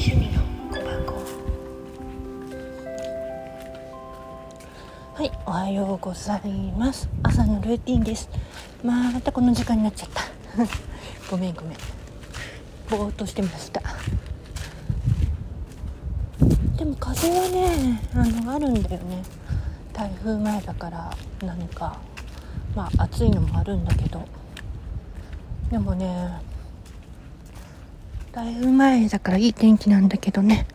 趣味の小箱。はい、おはようございます。朝のルーティンです。またこの時間になっちゃったごめんぼーっとしてました。でも風はねあるんだよね。台風前だから何か暑いのもあるんだけど、でもね台風前だからいい天気なんだけどね、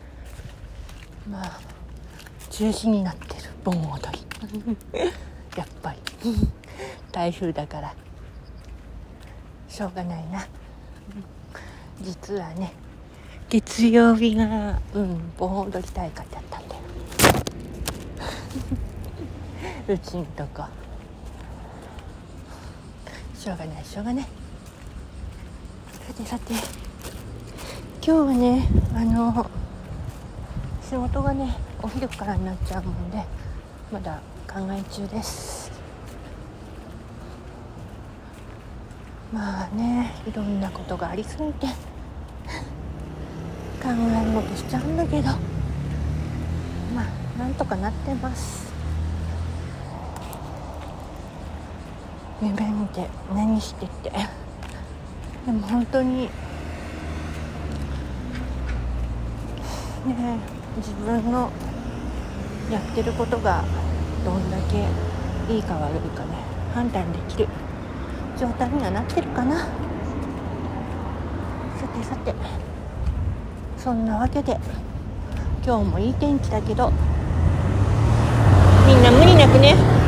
中止になってる盆踊りやっぱり台風だからしょうがないな。実はね月曜日が盆踊り大会だったんだようちんとこ。しょうがない。さて今日はね仕事がねお昼からになっちゃうもんでまだ考え中です。いろんなことがありすぎて考え事しちゃうんだけどなんとかなってます。夢見て何してってでも本当に自分のやってることがどんだけいいか悪いかね判断できる状態にはなってるかな。さてそんなわけで今日もいい天気だけどみんな無理なくね